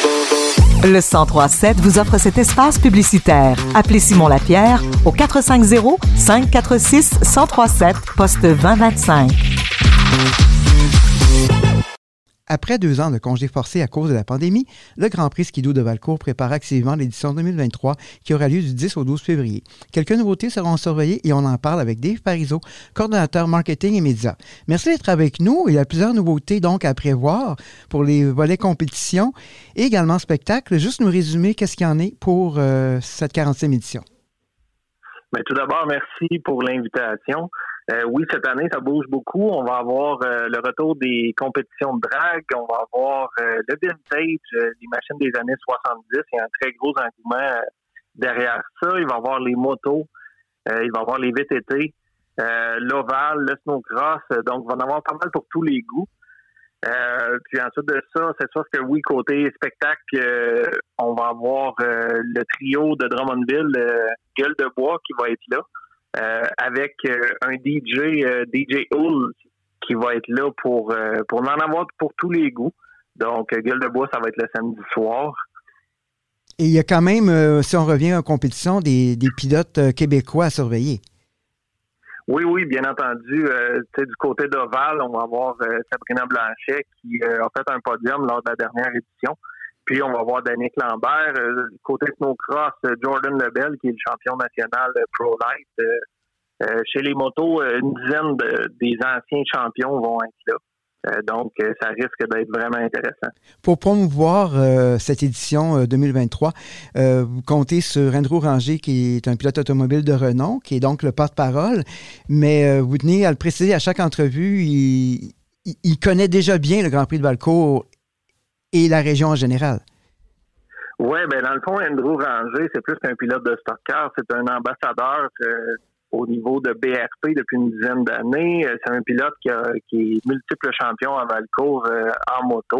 Le 1037 vous offre cet espace publicitaire. Appelez Simon Lapierre au 450-546-1037, poste 2025. Après 2 ans de congés forcés à cause de la pandémie, le Grand Prix Skidoo de Valcourt prépare activement l'édition 2023 qui aura lieu du 10 au 12 février. Quelques nouveautés seront surveillées et on en parle avec Dave Parizeau, coordonnateur marketing et médias. Merci d'être avec nous. Il y a plusieurs nouveautés donc à prévoir pour les volets compétition et également spectacle. Juste nous résumer qu'est-ce qu'il y en est pour cette 45e édition. Bien, tout d'abord, merci pour l'invitation. Oui, cette année, ça bouge beaucoup. On va avoir le retour des compétitions de drague. On va avoir le vintage, les machines des années 70. Il y a un très gros engouement derrière ça. Il va y avoir les motos. Il va y avoir les VTT, l'ovale, le snowcross. Donc, il va y en avoir pas mal pour tous les goûts. Puis ensuite de ça, c'est sûr que oui, côté spectacle, on va avoir le trio de Drummondville, Gueule de bois, qui va être là. Avec un DJ Hull qui va être là pour en avoir pour tous les goûts. Donc, Gueule de bois, ça va être le samedi soir. Et il y a quand même, si on revient en compétition, des pilotes québécois à surveiller. Oui, bien entendu. Du côté d'Oval, on va avoir Sabrina Blanchet qui a fait un podium lors de la dernière édition. Puis, on va voir Danick Lambert. Côté snowcross, Jordan Lebel, qui est le champion national Pro Light. Chez les motos, une dizaine des anciens champions vont être là. Donc, ça risque d'être vraiment intéressant. Pour promouvoir cette édition 2023, vous comptez sur Andrew Ranger, qui est un pilote automobile de renom, qui est donc le porte-parole. Mais vous tenez à le préciser à chaque entrevue, il connaît déjà bien le Grand Prix de Valcourt et la région en général. Oui, bien dans le fond, Andrew Ranger, c'est plus qu'un pilote de stock car. C'est un ambassadeur au niveau de BRP depuis une dizaine d'années. C'est un pilote qui est multiple champion à Valcourt en moto.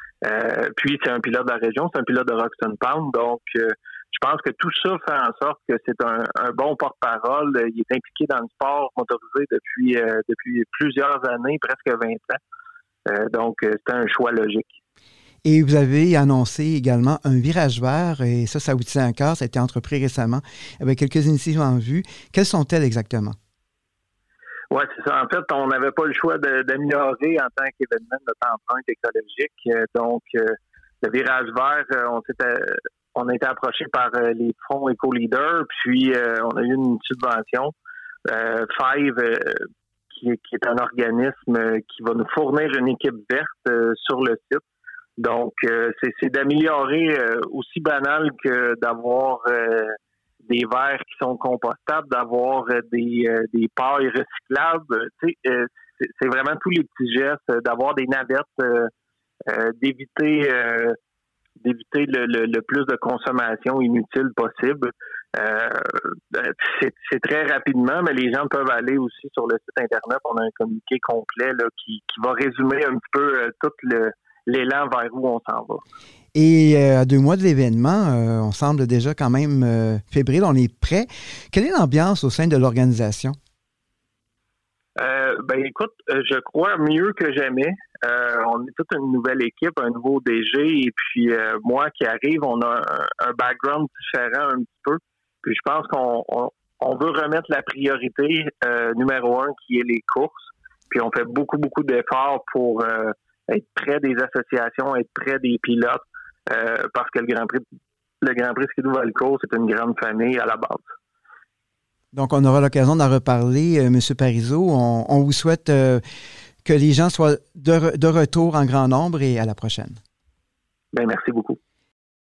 Puis, c'est un pilote de la région, c'est un pilote de Roxton Pound. Donc, je pense que tout ça fait en sorte que c'est un bon porte-parole. Il est impliqué dans le sport motorisé depuis plusieurs années, presque 20 ans. Donc, c'est un choix logique. Et vous avez annoncé également un virage vert, et ça vous tient à cœur, ça a été entrepris récemment, avec quelques initiatives en vue. Quelles sont-elles exactement? Oui, c'est ça. En fait, on n'avait pas le choix d'améliorer en tant qu'événement notre empreinte écologique. Donc, le virage vert, on a été approché par les fonds Eco-Leader, puis on a eu une subvention. Five, qui est un organisme qui va nous fournir une équipe verte sur le site. Donc, c'est d'améliorer aussi banal que d'avoir des verres qui sont compostables, d'avoir des pailles recyclables. C'est vraiment tous les petits gestes, d'avoir des navettes, d'éviter le plus de consommation inutile possible. C'est très rapidement, mais les gens peuvent aller aussi sur le site Internet. On a un communiqué complet là, qui va résumer un petit peu tout l'élan vers où on s'en va. Et à 2 mois de l'événement, on semble déjà quand même fébrile, on est prêt. Quelle est l'ambiance au sein de l'organisation? Écoute, je crois mieux que jamais. On est toute une nouvelle équipe, un nouveau DG, et puis moi qui arrive, on a un background différent un petit peu. Puis je pense qu'on veut remettre la priorité numéro 1 qui est les courses. Puis on fait beaucoup, beaucoup d'efforts pour être près des associations, être près des pilotes, parce que le Grand Prix Skidoo Valcourt, c'est une grande famille à la base. Donc, on aura l'occasion d'en reparler, M. Parizeau. On vous souhaite que les gens soient de retour en grand nombre et à la prochaine. Bien, merci beaucoup.